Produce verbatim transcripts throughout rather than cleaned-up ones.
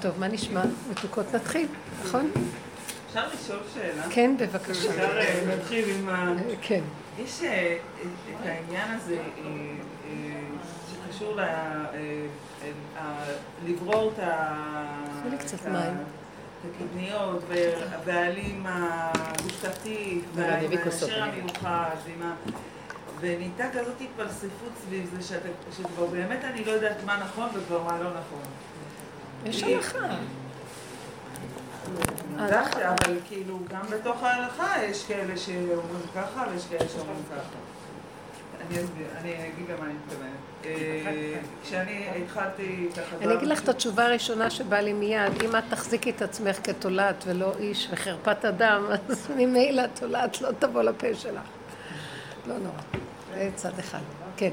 טוב, מה נשמע? מתוקות נתחיל, נכון? אפשר לשאול שאלה? כן, בבקשה. אפשר להתחיל עם ה... כן. יש את העניין הזה שקשור לברור את הקדניות והעלים הגושתתי והשיר המיוחד ונהייתה כזאת התפלספות סביב זה שכבר באמת אני לא יודעת מה נכון וכבר מה לא נכון. יש הלכה. אבל כאילו גם בתוך ההלכה יש כאלה שאומרים ככה ויש כאלה שאומרים ככה. אני אגיד למה אני מתכוונת. כשאני התחלתי ככה... אני אגיד לך את התשובה הראשונה שבאה לי מיד. אם את תחזיקי את עצמך כתולעת ולא איש וחרפת אדם, אז ממילא תולעת לא תבוא לפה שלך. לא נורא. זה צד אחד. כן.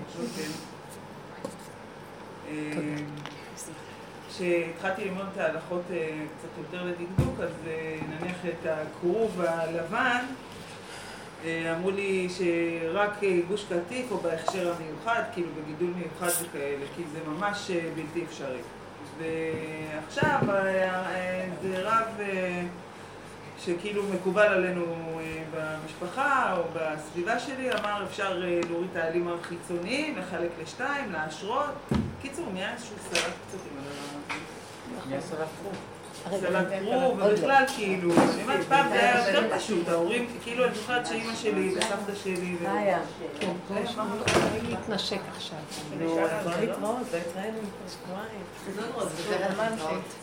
תודה. כשהתחלתי ללמוד את ההלכות קצת יותר לדקדוק, אז נניח את הכרוב הלבן, אמרו לי שרק גוש קטיף או בהכשר המיוחד, כאילו בגידול מיוחד וכאלה, כי זה ממש בלתי אפשרי. ועכשיו זה רב שכאילו מקובל עלינו במשפחה או בסביבה שלי, אמר אפשר להוריד את העלים החיצוניים, לחלק לשתיים, להשרות. קיצור, מי איזשהו סלט קצת עם הדבר. מי סלט קרוב? סלט קרוב, ובכלל כאילו, באמת פעם זה היה יותר פשוט, ההורים, כאילו אני זוכרת שאימא שלי וסבתא שלי מה היה? כן, אני מתנשק עכשיו. נו, כבר להתראות, והתראינו שבועיים. זה רמן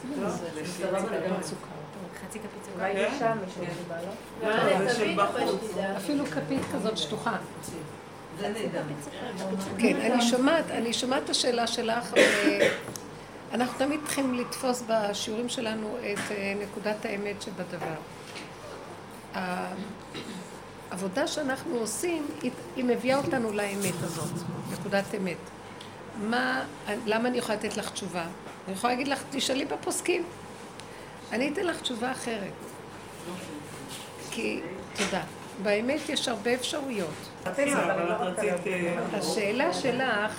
סוכר. חצי כפית סוכר. אולי יש שם מישהו שבא לו? זה של בחוץ. אפילו כפית כזאת שטוחה. זה נהדר. כן, אני שומעת, אני שומעת את השאלה שלך, ואנחנו תמיד צריכים לתפוס בשיעורים שלנו את נקודת האמת שבדבר. העבודה שאנחנו עושים, היא מביאה אותנו לאמת הזאת, נקודת אמת. מה, למה אני יכולה לתת לך תשובה? אני יכולה להגיד לך, תשאלי בפוסקים. אני אתן לך תשובה אחרת. כי, תודה. באמת יש הרבה אפשרויות. השאלה שלך,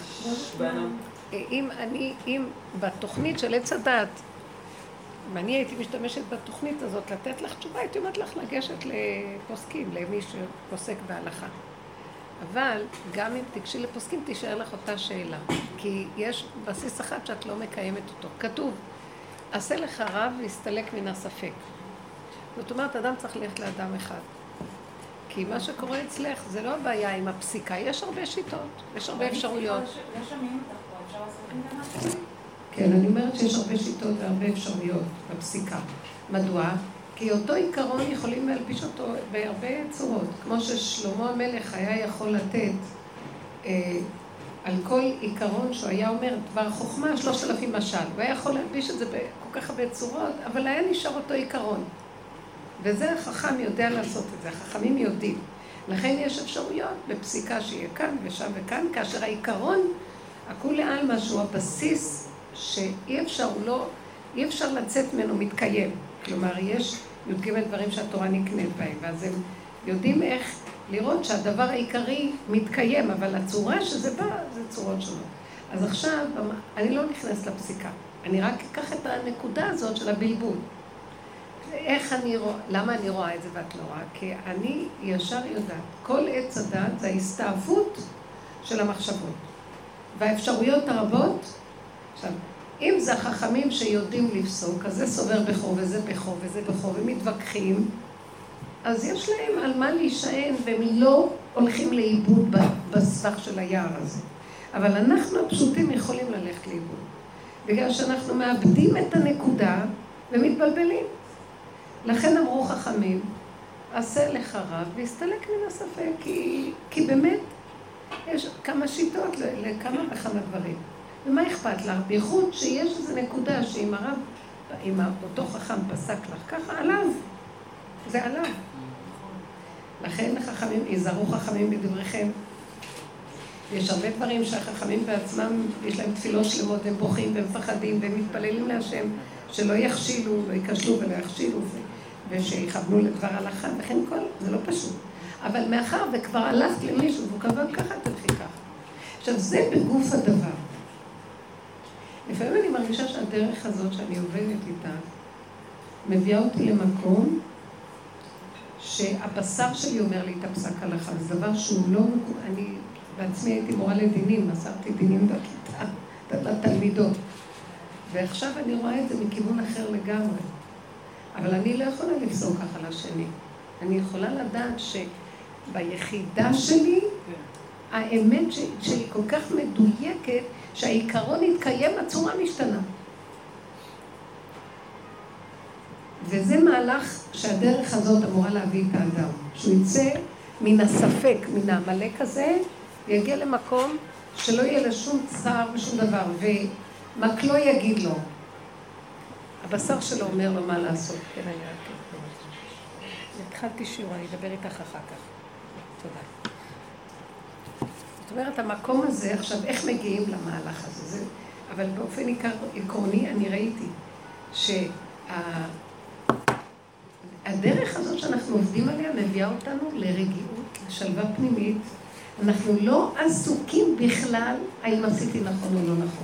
אם אני, אם בתוכנית של עץ הדת, אם אני הייתי משתמשת בתוכנית הזאת לתת לך תשובה, הייתי אומרת לך לגשת לפוסקים, למי שפוסק בהלכה. אבל גם אם תגשי לפוסקים, תישאר לך אותה שאלה. כי יש בסיס אחד שאת לא מקיימת אותו. כתוב, עשה לך רב והסתלק מן הספק. זאת אומרת, אדם צריך ללכת לאדם אחד. כי מה שקורה אצלך זה לא הבעיה עם הפסיקה, יש הרבה שיטות, יש הרבה אפשרויות. לא שומעים אותך פה, אפשר לעשות עם זה? כן, אני אומרת שיש הרבה שיטות והרבה אפשרויות בפסיקה. מדוע? כי אותו עיקרון יכולים להלביש אותו בהרבה צורות. כמו ששלמה המלך היה יכול לתת אה, על כל עיקרון שהוא היה אומר דבר חוכמה, שלושת אלפים משל. הוא היה יכול להלביש את זה בכל כך הרבה צורות, אבל היה נשאר אותו עיקרון. וזה החכם יודע לעשות את זה, החכמים יודעים. לכן יש אפשרויות בפסיקה שיהיה כאן ושם וכאן, כאשר העיקרון, הכולי עלמא שהוא הבסיס שאי אפשר, הוא לא, אי אפשר לצאת ממנו מתקיים. כלומר, יש י"ג דברים שהתורה נקנית בהם, ואז הם יודעים איך לראות שהדבר העיקרי מתקיים, אבל הצורה שזה בא, זה צורות שונות. אז עכשיו, אני לא נכנס לפסיקה, אני רק אקח את הנקודה הזאת של הבלבול. איך אני רואה, למה אני רואה את זה ואת לא רואה? כי אני ישר יודעת, כל עץ הדת זה ההסתעפות של המחשבות. והאפשרויות הרבות, עכשיו, אם זה החכמים שיודעים לפסוק, אז זה סובר בחור וזה בחור וזה בחור, ומתווכחים, אז יש להם על מה להישען, והם לא הולכים לאיבוד בסבך של היער הזה. אבל אנחנו הפשוטים יכולים ללכת לאיבוד. בגלל שאנחנו מאבדים את הנקודה ומתבלבלים. לכן אמרו חכמים, עשה לך רב והסתלק מן הספק, כי, כי באמת יש כמה שיטות לכמה וכמה דברים. ומה אכפת לך? בייחוד שיש איזו נקודה שאם הרב, אם אותו חכם פסק לך ככה, עליו. זה עליו. לכן חכמים, יזהרו חכמים בדבריכם. יש הרבה דברים שהחכמים בעצמם, יש להם תפילות שלמות, הם בוכים והם מפחדים והם מתפללים להשם, שלא יחשילו, לא יקשלו ולא יחשילו, ושיכוונו לדבר הלכה, וכן כל, זה לא פשוט. אבל מאחר וכבר הלכת למישהו, והוא קבע ככה, תלכי ככה. עכשיו, זה בגוף הדבר. לפעמים אני מרגישה שהדרך הזאת שאני עובדת איתה, מביאה אותי למקום שהבשר שלי אומר לי את הפסק הלכה. זה דבר שהוא לא... אני בעצמי הייתי מורה לדינים, מסרתי דינים בכיתה, לתלמידות. ועכשיו אני רואה את זה מכיוון אחר לגמרי. אבל אני לא יכולה לפסוק ככה לשני. אני יכולה לדעת שביחידה שלי, האמת שלי כל כך מדויקת, שהעיקרון יתקיים, הצורה משתנה. וזה מהלך שהדרך הזאת אמורה להביא את האדם. שהוא יצא מן הספק, מן העמלק הזה, ויגיע למקום שלא יהיה לו שום צער ושום דבר, ומקלו יגיד לו. הבשר שלו אומר לו מה לעשות. כן, היה כן. התחלתי שיעור, אני אדבר איתך אחר כך. תודה. זאת אומרת, המקום הזה, עכשיו, איך מגיעים למהלך הזה? זה, אבל באופן עקרוני, אני ראיתי שהדרך הזאת שאנחנו עובדים עליה מביאה אותנו לרגיעות, לשלווה פנימית. אנחנו לא עסוקים בכלל האם עשיתי נכון או לא נכון.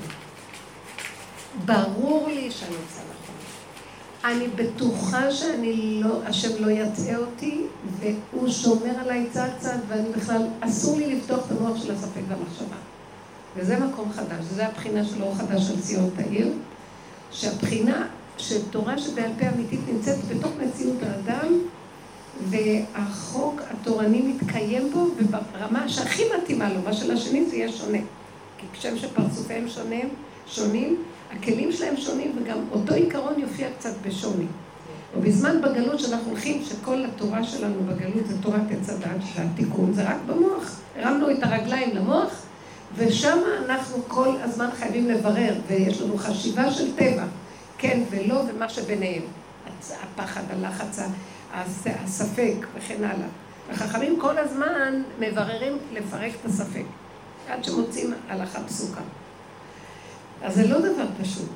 ברור לי שאני עושה נכון. אני בטוחה שאני לא, השם לא יצא אותי, והוא שומר עליי צעד צעד, ואני בכלל, אסור לי לפתוח את המוח של הספק והמחשבה. וזה מקום חדש, זה הבחינה של אור חדש של ציון תאיר, שהבחינה של תורה שבעל פה אמיתית נמצאת בתוך מציאות האדם, והחוק התורני מתקיים בו, וברמה שהכי מתאימה לו, מה של השני זה יהיה שונה. כי כשם שפרצופיהם שונים, שונים, הכלים שלהם שונים, וגם אותו עיקרון יופיע קצת בשוני. ובזמן בגלות שאנחנו הולכים, שכל התורה שלנו בגלות זה תורת עץ הדת, שזה התיקון, זה רק במוח. הרמנו את הרגליים למוח, ושם אנחנו כל הזמן חייבים לברר, ויש לנו חשיבה של טבע, כן ולא, ומה שביניהם. הפחד, הלחץ, הספק וכן הלאה. החכמים כל הזמן מבררים לפרק את הספק, עד שמוצאים הלכה פסוקה. אז זה לא דבר פשוט.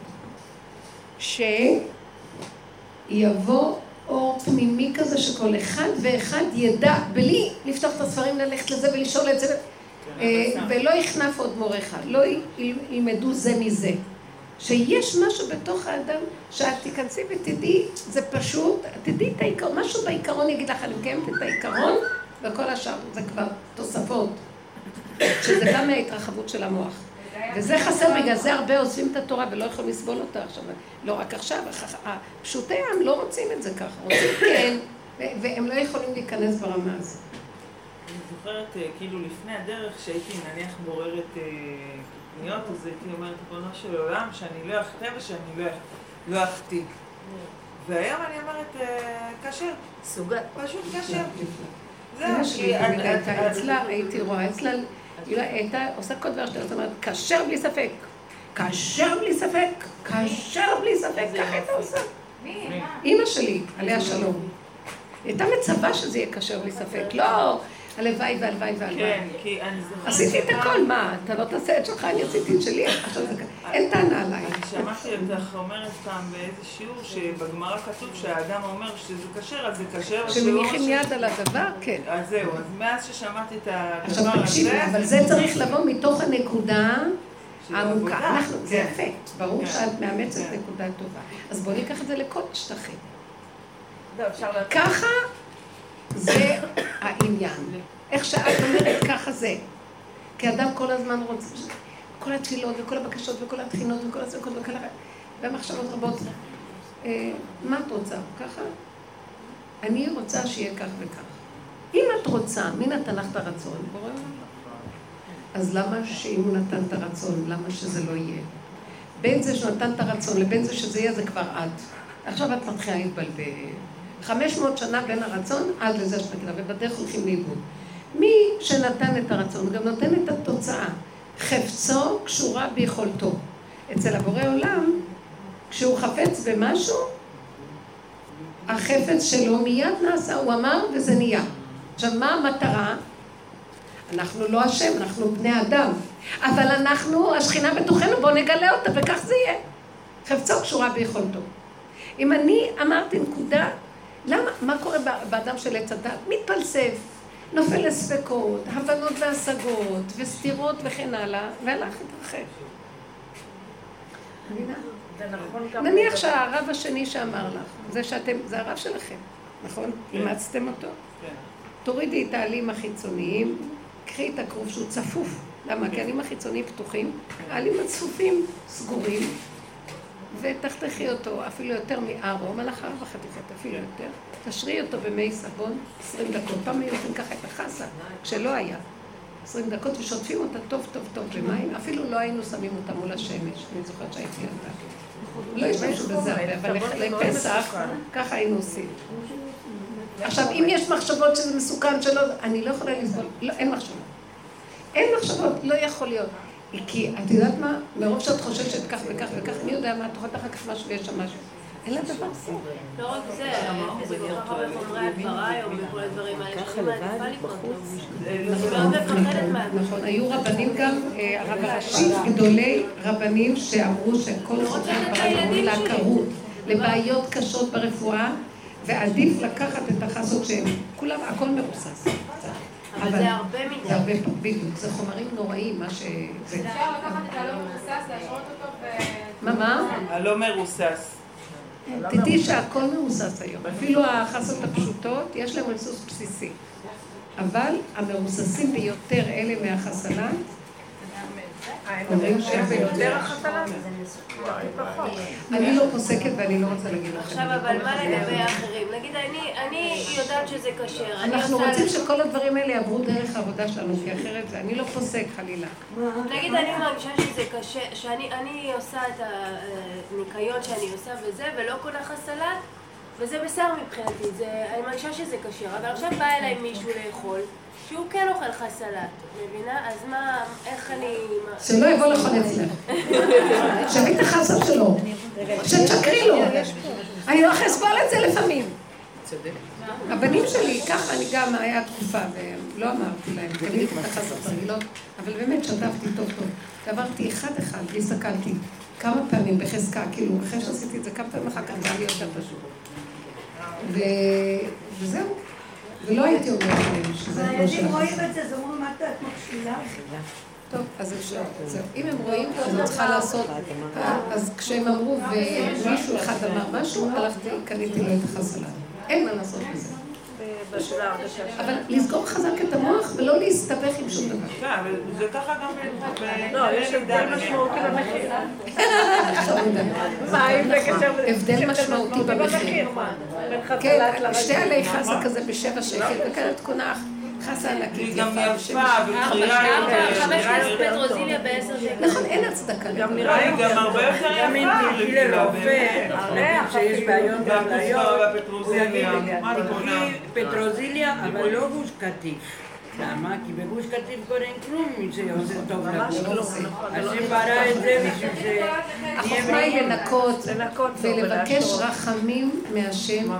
שיבוא אור פנימי כזה שכל אחד ואחד ידע, בלי לפתוח את הספרים, ללכת לזה ולשאול את זה, ולא יכנף עוד מורה אחד, לא ילמדו זה מזה. שיש משהו בתוך האדם, שאת תיכנסי ותדעי, זה פשוט, תדעי את העיקרון, משהו בעיקרון יגיד לך, אני מקיימת את העיקרון, וכל השאר זה כבר תוספות, שזה גם מההתרחבות של המוח. וזה חסר, בגלל זה הרבה עוזבים את התורה ולא יכולים לסבול אותה עכשיו. לא רק עכשיו, פשוטי העם לא רוצים את זה ככה, רוצים כן, והם לא יכולים להיכנס ברמה הזו. אני זוכרת, כאילו לפני הדרך, שהייתי נניח מעוררת פניות, אז הייתי אומרת, ריבונו של עולם, שאני לא אחטא ושאני לא אחטיא. והיום אני אומרת, כשר. סוגת. פשוט כשר. זהו, כי אצלה, הייתי רואה, אצלה, היא הייתה עושה כל דבר שאתה אומרת, כשר בלי ספק. כשר בלי ספק. כשר בלי ספק. ככה הייתה עושה. מי? אמא שלי, עליה שלום. היא הייתה מצווה שזה יהיה כשר בלי ספק. לא, הלוואי והלוואי והלוואי. כן, כי אני זוכרת... עשיתי את הכל, מה? אתה לא תעשה את שלך, אני עשיתי את שלי. אין טענה עליי. אני שמעתי אותך אומרת פעם באיזה שיעור שבגמרא כתוב שהאדם אומר שזה כשר, אז זה כשר... כשמניחים יד על הדבר, כן. אז זהו, אז מאז ששמעתי את הדבר הזה... עכשיו תקשיבי, אבל זה צריך לבוא מתוך הנקודה העמוקה. זה יפה, ברור שאת מאמצת נקודה טובה. אז בואו ניקח את זה לכל השטחים. ככה זה העניין. איך שאת אומרת, ככה זה. כי אדם כל הזמן רוצה, כל התפילות וכל הבקשות וכל התחינות וכל הצדקות וכל הרע, והמחשבות רבות. מה את רוצה? ככה? אני רוצה שיהיה כך וכך. אם את רוצה, מי נתן לך את הרצון? בורא עולם. אז למה שאם הוא נתן את הרצון, למה שזה לא יהיה? בין זה שנתן את הרצון לבין זה שזה יהיה, זה כבר עד. עכשיו את מתחילה להתבלבל. חמש מאות שנה בין הרצון עד לזה שנקדה, ובדרך הולכים לאיבוד. מי שנתן את הרצון, גם נותן את התוצאה. חפצו קשורה ביכולתו. אצל הבורא עולם, כשהוא חפץ במשהו, החפץ שלו מיד נעשה, הוא אמר וזה נהיה. עכשיו, מה המטרה? אנחנו לא השם, אנחנו בני אדם. אבל אנחנו, השכינה בתוכנו, בואו נגלה אותה, וכך זה יהיה. חפצו קשורה ביכולתו. אם אני אמרתי נקודה, למה, מה קורה באדם של עץ הדת? מתפלסף, נופל לספקות, הבנות והשגות, וסתירות וכן הלאה, והלך להתרחב. נניח שהרב השני שאמר לך, זה שאתם, זה הרב שלכם, נכון? אימצתם אותו? תורידי את העלים החיצוניים, קחי את הכרוב שהוא צפוף. למה? כי העלים החיצוניים פתוחים, העלים הצפופים סגורים, ותחתכי אותו אפילו יותר מארום, על אחר וחתיכת אפילו יותר, תשרי אותו במי סבון עשרים דקות. פעם היו עושים ככה את החסה, כשלא היה. עשרים דקות ושוטפים אותה טוב טוב טוב במים, אפילו לא היינו שמים אותה מול השמש, אני זוכרת שהייתי ילדה. לא השתמשו בזה הרבה, אבל לפסח ככה היינו עושים. עכשיו, אם יש מחשבות שזה מסוכן שלא, אני לא יכולה לסבול, לא, אין מחשבות. אין מחשבות, לא יכול להיות. כי את יודעת מה? מרוב שאת חוששת כך וכך וכך, מי יודע מה, תאכלת אחר כך משהו ויש שם משהו. אין לה דבר זה. לא רק זה, זה כל כך הרבה חומרי הדברה היום וכל הדברים האלה, שאני מעדיפה לקנות בחוץ. אני מאוד מפחדת מה. נכון, היו רבנים גם, הרב הראשי, גדולי רבנים שאמרו שכל חומרי הדברה יהיו לעקרות, לבעיות קשות ברפואה, ועדיף לקחת את החסות שהם, כולם, הכל מרוסס. אבל זה הרבה מדי. זה הרבה בדיוק, זה חומרים נוראים, מה ש... אפשר לקחת את הלא מרוסס, להשרות אותו ו... מה, מה? הלא מרוסס. תדעי שהכל מרוסס היום. אפילו החסות הפשוטות, יש להם ריסוס בסיסי. אבל המרוססים ביותר אלה מהחסלה, אומרים שהם ביותר החסלה. אני לא פוסקת ואני לא רוצה להגיד לכם. עכשיו, אבל מה לגבי האחרים? נגיד, אני יודעת שזה כשר. אנחנו רוצים שכל הדברים האלה יעברו דרך העבודה שלנו, כי אחרת זה, אני לא פוסק חלילה. נגיד, אני מרגישה שזה קשה, שאני עושה את הניקיון שאני עושה וזה, ולא קונה חסלת, וזה בסדר מבחינתי, אני מרגישה שזה קשר. אבל עכשיו בא אליי מישהו לאכול, שהוא כן אוכל חסלת, מבינה? אז מה, איך אני... שלא יבוא לאכול אצלך. שביא את החסל שלו. שתשקרי לו. אני לא אסבול את זה לפעמים. הבנים שלי, ככה אני גם, היה תקופה, ולא אמרתי להם, קניתי את החסל הרגילות, אבל באמת שתפתי טוב טוב. עברתי אחד אחד, והסתכלתי כמה פעמים בחזקה, כאילו, אחרי שעשיתי את זה כמה פעמים אחר כך, גם לי יותר פשוט. וזהו. ולא הייתי אומרת להם שזה לא של הילדים רואים את זה, זה אומרים, מה את מקשילה? טוב, אז אפשר, זהו. אם הם רואים, אז אני צריכה לעשות, אז כשהם אמרו ומישהו אחד אמר משהו, הלכתי, קניתי לו את החסלה. אין מה לעשות בזה. אבל לסגור חזק את המוח ולא להסתבך עם שום דבר. כן, אבל זה ככה גם ב... לא, יש הבדל משמעותי במחיר. הבדל משמעותי במחיר. כן, שתי עלי חסה כזה בשבע שקל, וכאן קונה חסה ענקית יפה. היא גם יפה וקריאה יותר. חמש כסף פטרוזיליה בעשר שקל. נכון, אין הצדקה. גם נראה לי גם הרבה יותר יפה. גם אם תלכי לרופא, נגיד שיש בעיות בבליות, הוא יגיד לי, תלכי פטרוזיליה, אבל לא גוש קטיף. למה? כי בגוש קטיף קוראים כלום מי שעושה טוב לגוף. אז שברא את זה בשביל ש... החוכמה היא לנקות ולבקש רחמים מהשם.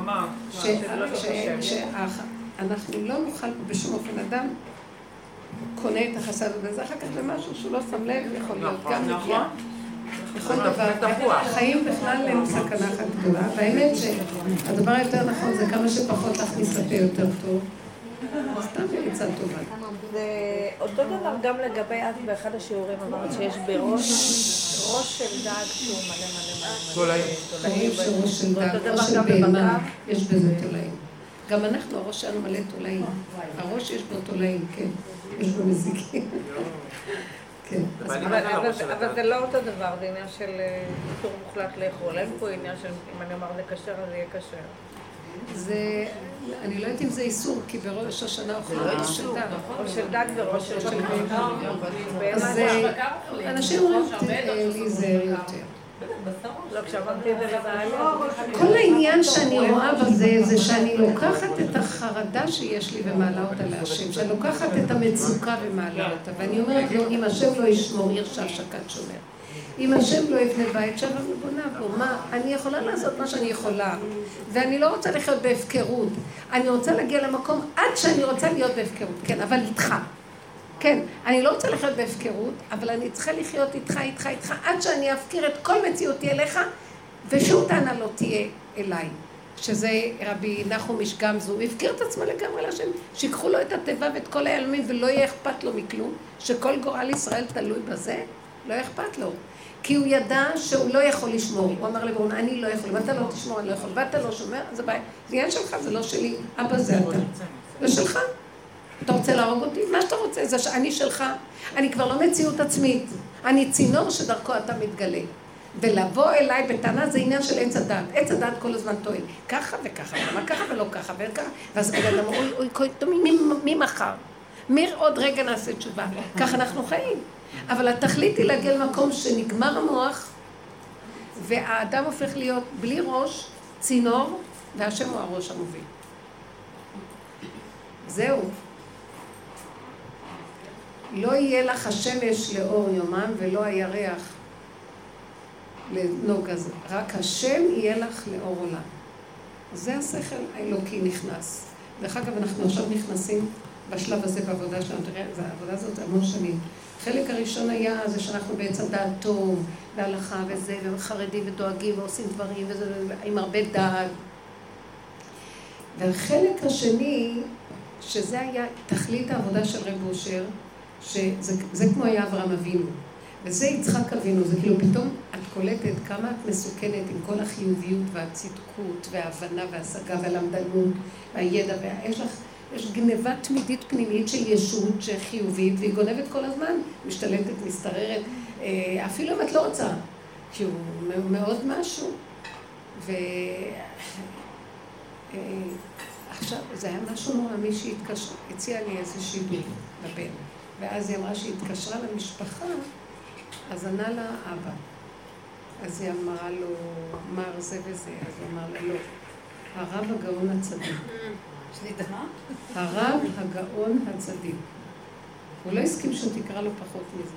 אנחנו לא נוכל בשום אופן אדם קונה את החסד הזה, אחר כך למשהו שהוא לא שם לב, יכול להיות גם נגיע. בכל דבר, החיים בכלל הם סכנה אחת גדולה, והאמת שהדבר היותר נכון זה כמה שפחות להכניס לפה יותר טוב. סתם בריצה טובה. זה אותו דבר גם לגבי את באחד השיעורים אמרת שיש בראש, ראש של דג שהוא מלא מלא מלא. תולעים. תולעים שראש של דג, ראש של בהמה, יש בזה תולעים. גם אנחנו, הראש שלנו מלא תולעים. הראש יש בו תולעים, כן. יש בו מזיקים. כן. אבל זה לא אותו דבר, זה עניין של איסור מוחלט לאכול. אין פה עניין של אם אני אומר זה כשר, אז זה יהיה כשר. זה, אני לא יודעת אם זה איסור, כי בראש השנה אוכלים ראש של דג. ראש של דג וראש של בהמה. אז אנשים אומרים להיזהר יותר. לא, כשאמרתי את זה לבעלי. כל העניין שאני רואה בזה, זה שאני לוקחת את החרדה שיש לי ומעלה אותה להשם, שאני לוקחת את המצוקה ומעלה אותה, ואני אומרת לו, אם השם לא ישמור, ירשע שקד שומר. אם השם לא יבנה בית, שווה ובונה בו. מה? אני יכולה לעשות מה שאני יכולה, ואני לא רוצה לחיות בהפקרות. אני רוצה להגיע למקום עד שאני רוצה להיות בהפקרות, כן, אבל איתך. כן, אני לא רוצה לחיות בהפקרות, אבל אני צריכה לחיות איתך, איתך, איתך, עד שאני אפקיר את כל מציאותי אליך, ושום טענה לא תהיה אליי. שזה רבי נחום איש גמזו, הוא הפקיר את עצמו לגמרי להשם, שיקחו לו את הטבע ואת כל היעלמים, ולא יהיה אכפת לו מכלום, שכל גורל ישראל תלוי בזה. לא אכפת לו. כי הוא ידע שהוא לא יכול לשמור. הוא אמר לבורון, אני לא יכול, ואתה לא תשמור, אני לא יכול, ואתה לא שומר, זה בעיה. זה עניין שלך, זה לא שלי. אבא זה אתה. זה שלך. אתה רוצה להרוג אותי? מה שאתה רוצה, זה שאני שלך. אני כבר לא מציאות עצמית. אני צינור שדרכו אתה מתגלה. ולבוא אליי בטענה זה עניין של עץ הדת. עץ הדת כל הזמן טוען. ככה וככה, למה ככה ולא ככה וככה. ואז אגב אמרו, אוי, אוי, אוי, מי מחר? מי עוד רגע נעשה תשובה? ככה אנחנו חיים. אבל התכלית היא להגיע למקום שנגמר המוח, והאדם הופך להיות בלי ראש, צינור, והשם הוא הראש המוביל. זהו. לא יהיה לך השמש לאור יומם ולא הירח לנוג הזה. רק השם יהיה לך לאור עולם. זה השכל האלוקי נכנס. דרך אגב, אנחנו עכשיו נכנסים בשלב הזה בעבודה שלנו. תראה, העבודה הזאת זה המון שנים. החלק הראשון היה זה שאנחנו בעצם דעת טוב, והלכה וזה, וחרדים ודואגים ועושים דברים, וזה, עם הרבה דעת. והחלק השני, שזה היה תכלית העבודה של רב אושר, שזה זה כמו היה אברהם אבינו. וזה יצחק אבינו, זה כאילו פתאום את קולטת כמה את מסוכנת עם כל החיוביות והצדקות וההבנה וההשגה והלמדנות והידע, ויש לך, יש גניבה תמידית פנימית של ישות שחיובית, והיא גונבת כל הזמן, משתלטת, מסתררת, אפילו אם את לא רוצה, כי הוא מאוד משהו. ו... עכשיו, זה היה משהו נורא, מישהי התקשרה, הציעה לי איזה שידור לבן, ואז היא אמרה שהיא התקשרה למשפחה, אז ענה לה אבא. אז היא אמרה לו, מר זה וזה, אז הוא אמר לה, לא, הרב הגאון הצדיק. הרב הגאון הצדיק. הוא לא הסכים שתקרא לו פחות מזה.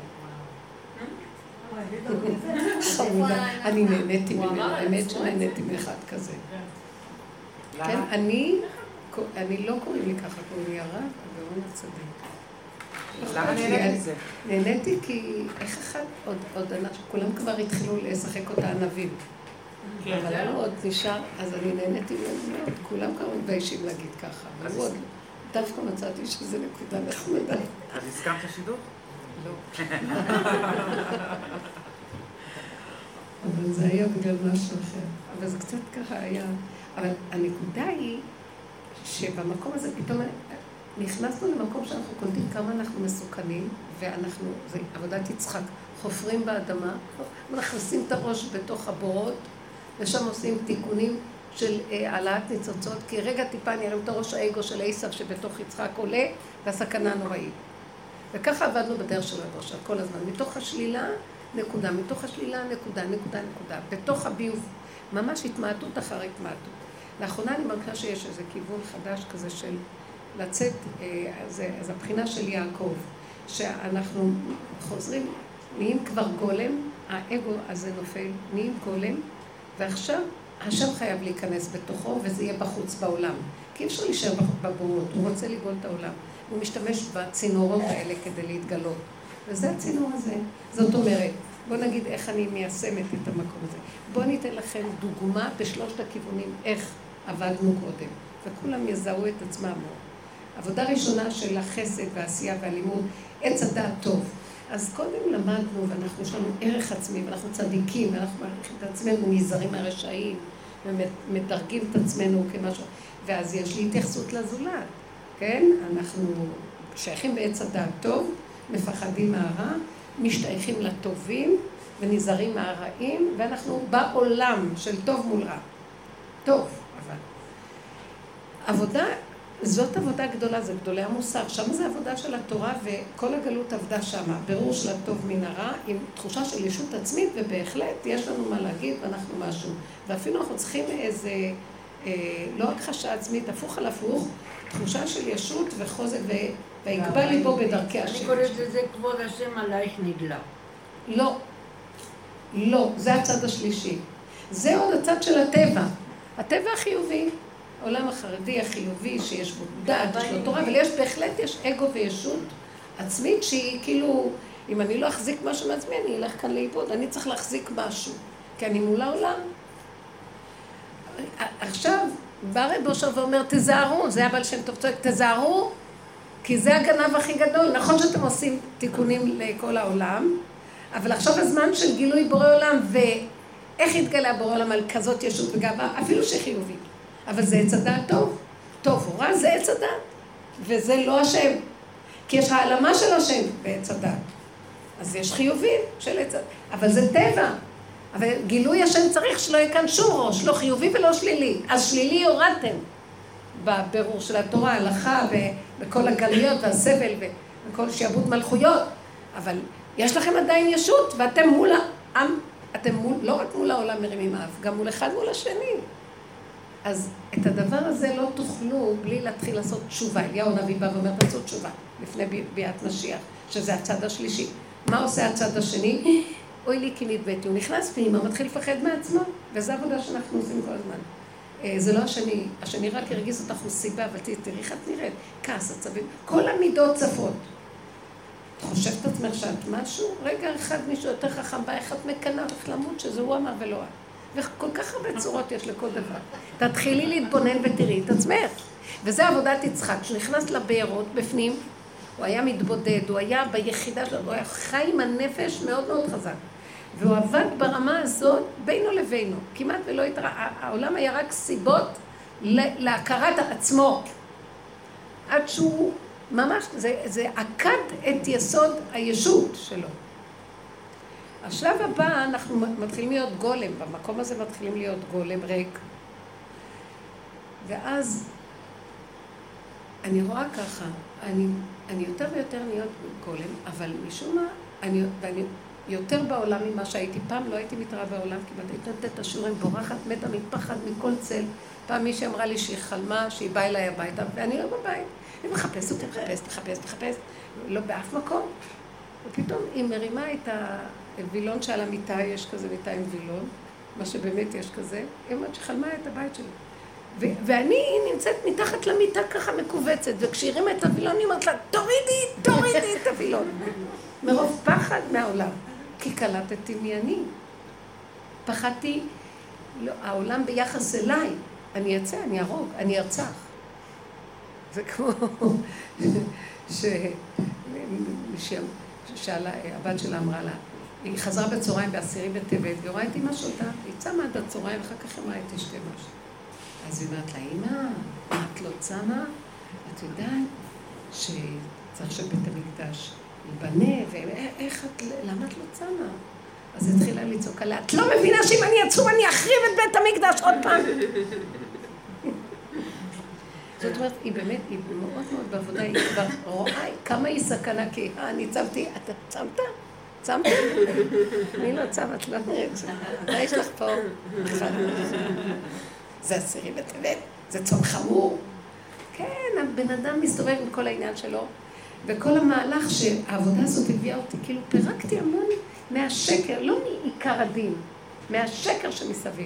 אני נהניתי ממנו, האמת שנהניתי מאחד כזה. כן, אני, אני לא קוראים לי ככה, קוראים לי הרב הגאון הצדיק. למה נהנית מזה? נהניתי כי איך אחד, עוד אנשים, כולם כבר התחילו לשחק אותה ענבים. אבל לנו עוד נשאר, אז אני נהניתי מאוד, כולם כבר מתביישים להגיד ככה. אבל עוד דווקא מצאתי שזה נקודה נחמדה. אז הסכמת שידוך? לא. אבל זה היה בגלל משהו אחר. אבל זה קצת ככה היה. אבל הנקודה היא שבמקום הזה פתאום נכנסנו למקום שאנחנו קולטים כמה אנחנו מסוכנים, ואנחנו, זה עבודת יצחק, חופרים באדמה, מכניסים את הראש בתוך הבורות, ושם עושים תיקונים של העלאת ניצוצות, כי רגע טיפה נראים את הראש האגו של עשיו שבתוך יצחק עולה, והסכנה נוראית. וככה עבדנו בדרך של הראש, כל הזמן. מתוך השלילה, נקודה, מתוך השלילה, נקודה, נקודה, נקודה. בתוך הביוב, ממש התמעטות אחר התמעטות. לאחרונה אני מרגישה שיש איזה כיוון חדש כזה של לצאת, אז, אז הבחינה של יעקב, שאנחנו חוזרים, נהיים כבר גולם, האגו הזה נופל, נהיים גולם, ועכשיו השם חייב להיכנס בתוכו, וזה יהיה בחוץ בעולם. כי אי אפשר להישאר בבורות, הוא רוצה לגאול את העולם. הוא משתמש בצינורות האלה כדי להתגלות. וזה הצינור הזה. זאת אומרת, בואו נגיד איך אני מיישמת את המקום הזה. בואו ניתן לכם דוגמה בשלושת הכיוונים, איך עבדנו קודם. וכולם יזהו את עצמם. עבודה ראשונה של החסד והעשייה והלימוד, עץ הדעת טוב. אז קודם למדנו, ואנחנו יש לנו ערך עצמי, ואנחנו צדיקים, ואנחנו מעריכים את עצמנו, נזהרים מהרשעים, ומדרגים את עצמנו כמשהו. ואז יש לי התייחסות לזולת, כן? אנחנו שייכים בעץ הדעת טוב, מפחדים מהרע, משתייכים לטובים, ונזהרים מהרעים, ואנחנו בעולם של טוב מול רע. טוב, אבל. עבודה, זאת עבודה גדולה, זה גדולי המוסר. שם זה עבודה של התורה, וכל הגלות עבדה שם. ברור של הטוב מן הרע, עם תחושה של ישות עצמית, ובהחלט יש לנו מה להגיד, ואנחנו משהו. ואפילו אנחנו צריכים איזה, אה, לא הכחשה עצמית, הפוך על הפוך, תחושה של ישות וחוזק, ויקבע לי פה בדרכי השם. אני קוראת לזה כבוד השם עלייך נגלה. לא, לא, זה הצד השלישי. זה עוד הצד של הטבע. הטבע החיובי. העולם החרדי החיובי שיש בו דעת, יש לו תורה, אבל יש בהחלט, יש אגו וישות עצמית שהיא כאילו, אם אני לא אחזיק משהו מעצמי, אני אלך כאן לאיבוד, אני צריך להחזיק משהו, כי אני מול העולם. עכשיו, בא רב אושר ואומר, תזהרו, זה הבעל שם טוב צועק, תזהרו, כי זה הגנב הכי גדול. נכון שאתם עושים תיקונים לכל העולם, אבל עכשיו הזמן של גילוי בורא עולם, ואיך יתגלה בורא עולם על כזאת ישות וגאווה, אפילו שחיובי. אבל זה עץ הדעת טוב. טוב או רע, זה עץ הדעת. וזה לא השם. כי יש העלמה של השם בעץ הדעת. אז יש חיובים של עץ הדעת. אבל זה טבע. אבל גילוי השם צריך שלא יהיה כאן שום ראש, לא חיובי ולא שלילי. אז שלילי הורדתם בבירור של התורה, ההלכה, וכל הגלויות והסבל וכל שיעבוד מלכויות. אבל יש לכם עדיין ישות, ואתם מול העם, אתם מול, לא רק מול העולם מרימים אף, גם מול אחד מול השני. אז את הדבר הזה לא תוכלו בלי להתחיל לעשות תשובה. אליהו הנביא בא ואומר, תעשו תשובה, לפני ביאת משיח, שזה הצד השלישי. מה עושה הצד השני? אוי לי כי נדבטי, הוא נכנס פנימה, מתחיל לפחד מעצמו, וזו עבודה שאנחנו עושים כל הזמן. זה לא השני, השני רק הרגיז אותך, הוא סיבה, אבל תראי איך את נראית, כעס, עצבים, כל המידות צפות. את חושבת את עצמך שאת משהו? רגע אחד מישהו יותר חכם בא, איך את מקנה וחלמות שזה הוא אמר ולא את. וכל כך הרבה צורות יש לכל דבר. תתחילי להתבונן ותראי את עצמך. וזה עבודת יצחק, שנכנס לבארות בפנים, הוא היה מתבודד, הוא היה ביחידה שלו, הוא היה חי עם הנפש מאוד מאוד חזק. והוא עבד ברמה הזאת בינו לבינו, כמעט ולא התראה. העולם היה רק סיבות להכרת עצמו. עד שהוא ממש, זה, זה עקד את יסוד הישות שלו. השלב הבא, אנחנו מתחילים להיות גולם, במקום הזה מתחילים להיות גולם ריק. ואז אני רואה ככה, אני, אני יותר ויותר נהיות גולם, אבל משום מה, אני, ואני יותר בעולם ממה שהייתי פעם, לא הייתי מתראה בעולם, כמעט הייתי נותנת את השיעורים, בורחת, מתה, מפחד, מכל צל. פעם מישהי אמרה לי שהיא חלמה, שהיא באה אליי הביתה, ואני לא בבית. היא מחפשת אותי, מחפשת, מחפשת, מחפשת, לא באף מקום. ופתאום היא מרימה את הווילון שעל המיטה, יש כזה מיטה עם וילון, מה שבאמת יש כזה, היא אומרת שחלמה את הבית שלי. ו- ואני נמצאת מתחת למיטה ככה מקובצת, וכשהיא הרימה את הווילון, היא אומרת לה, תורידי, תורידי את הווילון. מרוב פחד מהעולם, כי קלטתי מי אני. פחדתי, לא, העולם ביחס אליי, אני אצא, אני ארוג, אני ארצח. זה כמו ש... שאלה, הבת שלה אמרה לה, היא חזרה בצהריים בעשירי בטבת, והיא רואה את אמא שלתה, היא צמה עד הצהריים, ואחר כך אמרה את אשתי משהו. אז היא אומרת לה, אמא, את לא צמה? את יודעת שצריך שבית המקדש ייבנה, ואיך את, למה את לא צמה? אז היא התחילה לצעוק עליה, את לא מבינה שאם אני אצום אני אחריב את בית המקדש עוד פעם? זאת אומרת, היא באמת, היא מאוד מאוד בעבודה, היא כבר רואה כמה היא סכנה, כי אני צמתי, אתה צמת? צמת? אני לא צם, את לא נראית. מה יש לך פה? זה עשירי בטבת, זה צום חמור. כן, הבן אדם מסתובב עם כל העניין שלו, וכל המהלך שהעבודה הזאת הביאה אותי, כאילו פירקתי המון מהשקר, לא מעיקר הדין, מהשקר שמסביב.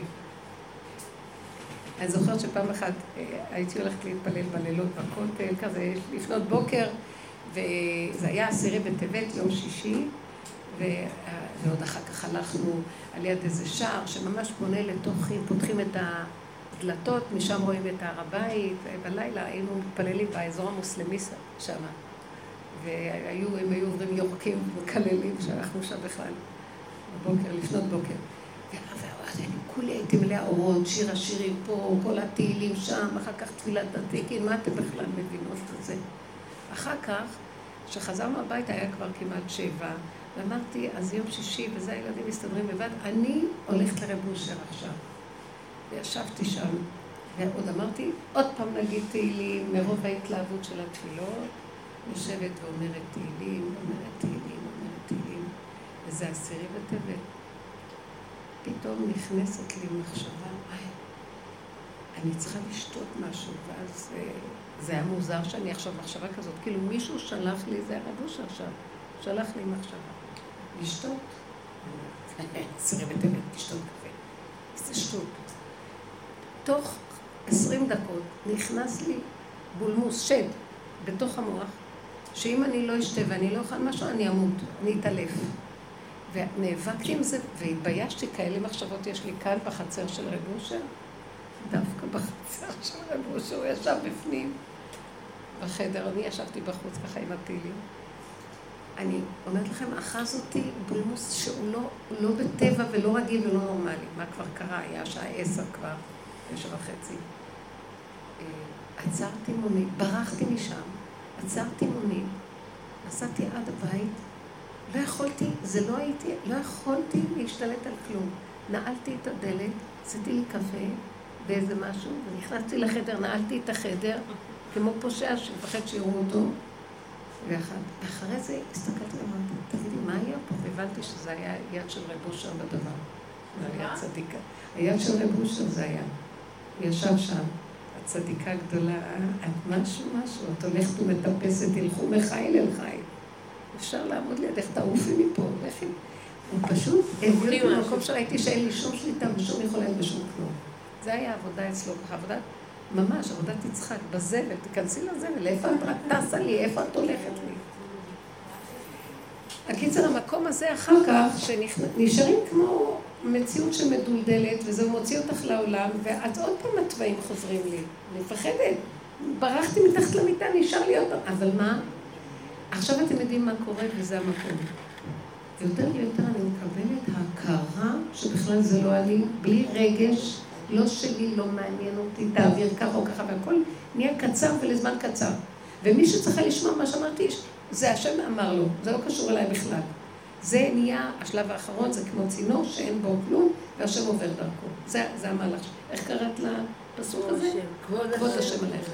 אני זוכרת שפעם אחת הייתי הולכת להתפלל בלילות בכותל, כזה לפנות בוקר, וזה היה עשירי בטבת, יום שישי, ועוד אחר כך הלכנו על יד איזה שער שממש פונה לתוכים, פותחים את הדלתות, משם רואים את הר הבית, ובלילה היינו מתפללים באזור המוסלמי שם, והיו, הם היו עוברים יורקים וכללים שאנחנו שם בכלל, בבוקר, לפנות בוקר. כולי הייתי מלאה אורות, שיר השירים פה, כל התהילים שם, אחר כך תפילת דתיקין, מה אתם בכלל מבינות את זה? אחר כך, כשחזרנו הביתה היה כבר כמעט שבע, ואמרתי, אז יום שישי, וזה הילדים מסתדרים לבד, אני הולכת לרב אושר עכשיו. וישבתי שם, ועוד אמרתי, עוד פעם נגיד תהילים, מרוב ההתלהבות של התפילות, יושבת ואומרת תהילים, אומרת תהילים, אומרת תהילים, וזה עשירי בטבת. פתאום נכנסת לי מחשבה, איי, אני צריכה לשתות משהו, ואז זה היה מוזר שאני עכשיו מחשבה כזאת, כאילו מישהו שלח לי, זה הרב אושר עכשיו, שלח לי מחשבה, לשתות, עשירי בטבת, לשתות קפה, זה שטות. תוך עשרים דקות נכנס לי בולמוס, שד, בתוך המוח, שאם אני לא אשתה ואני לא אוכל משהו, אני אמות, אני אתעלף. ונאבקתי עם זה, והתביישתי, כאלה מחשבות יש לי כאן בחצר של רב אושר, דווקא בחצר של רב אושר, הוא ישב בפנים, בחדר, אני ישבתי בחוץ ככה עם התהילים, אני אומרת לכם, אחז אותי בולמוס שהוא לא, לא בטבע ולא רגיל ולא נורמלי. מה כבר קרה? היה שעה עשר כבר, עשר וחצי. עצרתי מונית, ברחתי משם, עצרתי מונית, נסעתי עד הבית, לא יכולתי, זה לא הייתי, לא יכולתי להשתלט על כלום. נעלתי את הדלת, עשיתי לי קפה באיזה משהו, ונכנסתי לחדר, נעלתי את החדר, כמו פושע שמפחד שיראו אותו. ואחד, ואחרי זה הסתכלתי ואמרתי, תגידי, מה היה פה? והבנתי שזה היה יד של רב אושר בדבר. זה היה צדיקה. היד של רב אושר זה היה. הוא ישב שם, הצדיקה גדולה, את משהו משהו, את הולכת ומטפסת, תלכו מחיל אל חיל. אפשר לעמוד לידך, תעופי מפה, לכי. הוא פשוט הביא אותי במקום שראיתי שאין לי שום שליטה ושום יכולת ושום כלום. זה היה עבודה אצלו, ככה עבודת, ממש, עבודת יצחק, בזבל, תכנסי לזבל, איפה את רק טסה לי, איפה את הולכת לי? הקיצר, המקום הזה אחר כך, שנשארים כמו מציאות שמדולדלת, וזה מוציא אותך לעולם, ואז עוד פעם הטבעים חוזרים לי. אני מפחדת. ברחתי מתחת למיטה, נשאר לי עוד פעם. אבל מה? עכשיו אתם יודעים מה קורה, וזה המקום. יותר ויותר אני מקבלת ההכרה שבכלל זה לא אני, בלי רגש, לא שלי, לא מעניין אותי, תעביר ככה או ככה, והכל נהיה קצר ולזמן קצר. ומי שצריכה לשמוע מה שאמרתי, זה השם אמר לו, זה לא קשור אליי בכלל. זה נהיה השלב האחרון, זה כמו צינור שאין בו כלום, והשם עובר דרכו. זה, זה המהלך. איך קראת לפסוק הזה? כבוד השם עליך.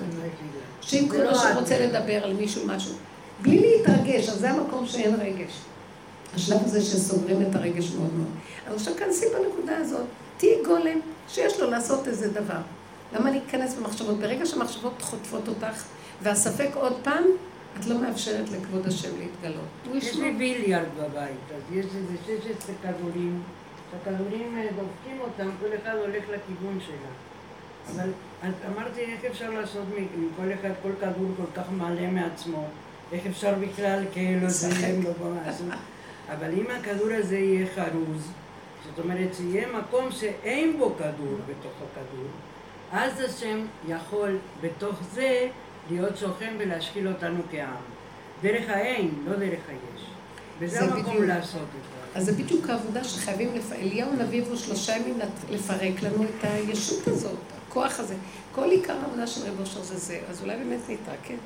שאם כבוד השם רוצה לדבר על מישהו משהו, בלי להתרגש, אז זה המקום שאין רגש. השלב הזה שסוגרים את הרגש מאוד מאוד. אז עכשיו כנסי בנקודה הזאת, תהי גולם שיש לו לעשות איזה דבר. למה אני אכנס במחשבות? ברגע שהמחשבות חוטפות אותך, והספק עוד פעם, את לא מאפשרת לכבוד השם להתגלות. יש לי ביליארד בבית, אז יש איזה שש עשרה כדורים, הכדורים דופקים אותם, כל אחד הולך לכיוון שלה. אבל אמרתי, איך אפשר לעשות מכל אחד, כל כדור כל כך מלא מעצמו, איך אפשר בכלל כאילו זה יהיה לו במשהו. אבל אם הכדור הזה יהיה חרוז, זאת אומרת שיהיה מקום שאין בו כדור בתוך הכדור, אז השם יכול בתוך זה להיות שוכן ולהשחיל אותנו כעם. דרך האין, לא דרך היש. וזה המקום לעשות את זה. אז זה בדיוק העבודה שחייבים לפעל. אליהו הנביא הוא שלושה ימים לפרק לנו את הישות הזאת, הכוח הזה. כל עיקר העבודה של רב אושר זה זה. אז אולי באמת נתרכז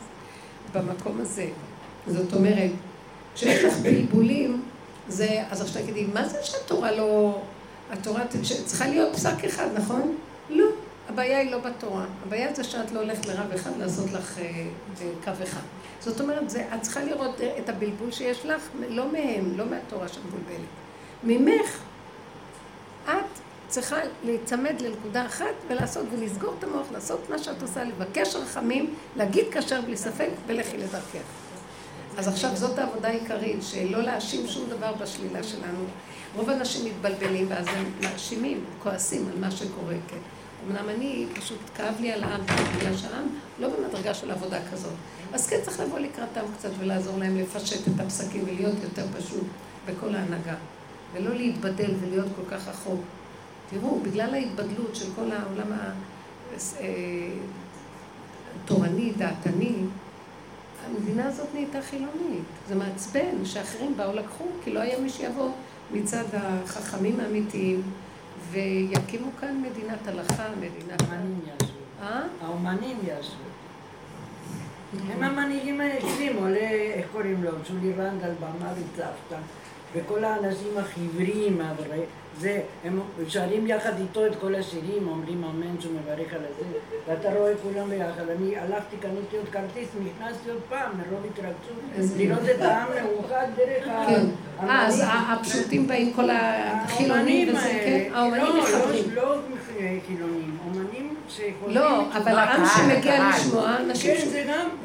במקום הזה. זאת אומרת, כשיש לך בלבולים, זה, אז עכשיו תגידי, מה זה שהתורה לא... התורה צריכה להיות פסק אחד, נכון? לא. הבעיה היא לא בתורה. הבעיה זה שאת לא הולכת לרב אחד לעשות לך קו אחד. זאת אומרת, זה, את צריכה לראות את הבלבול שיש לך, לא מהם, לא מהתורה שמבולבלת. ממך, את צריכה להצמד לנקודה אחת ולעשות ולסגור את המוח, לעשות מה שאת עושה, לבקש רחמים, להגיד כשר בלי ספק ולכי לדרכך. אז עכשיו זאת העבודה העיקרית, שלא להאשים שום דבר בשלילה שלנו. רוב האנשים מתבלבלים ואז הם מאשימים, כועסים על מה שקורה. כן. אמנם אני פשוט כאב לי על העם, בגלל שהעם לא במדרגה של עבודה כזאת. אז כן צריך לבוא לקראתם קצת ולעזור להם לפשט את הפסקים ולהיות יותר פשוט בכל ההנהגה. ולא להתבדל ולהיות כל כך רחוק. תראו, בגלל ההתבדלות של כל העולם התורני, דעתני, המדינה הזאת נהייתה חילונית. זה מעצבן שאחרים באו לקחו, כי לא היה מי שיבוא מצד החכמים האמיתיים, ויקימו כאן מדינת הלכה, מדינת... האומנים יעשו. אה? האומנים יעשו. הם המנהיגים היחידים, עולה, איך קוראים לו, שולי רנדל, במה וצוותא, וכל האנשים החיוורים, זה, הם שרים יחד איתו את כל השירים, אומרים אמן שהוא מברך על זה, ואתה רואה כולם ביחד. אני הלכתי, קניתי עוד כרטיס, נכנסתי עוד פעם, מרוב התרגשות, לראות את העם מאוחד דרך האמנים. אה, אז הפשוטים באים כל החילונים וזה, כן? האמנים מחברים. לא חילונים, אומנים שיכולים... לא, אבל העם שמגיע לשמוע, אנשים... כן, זה גם...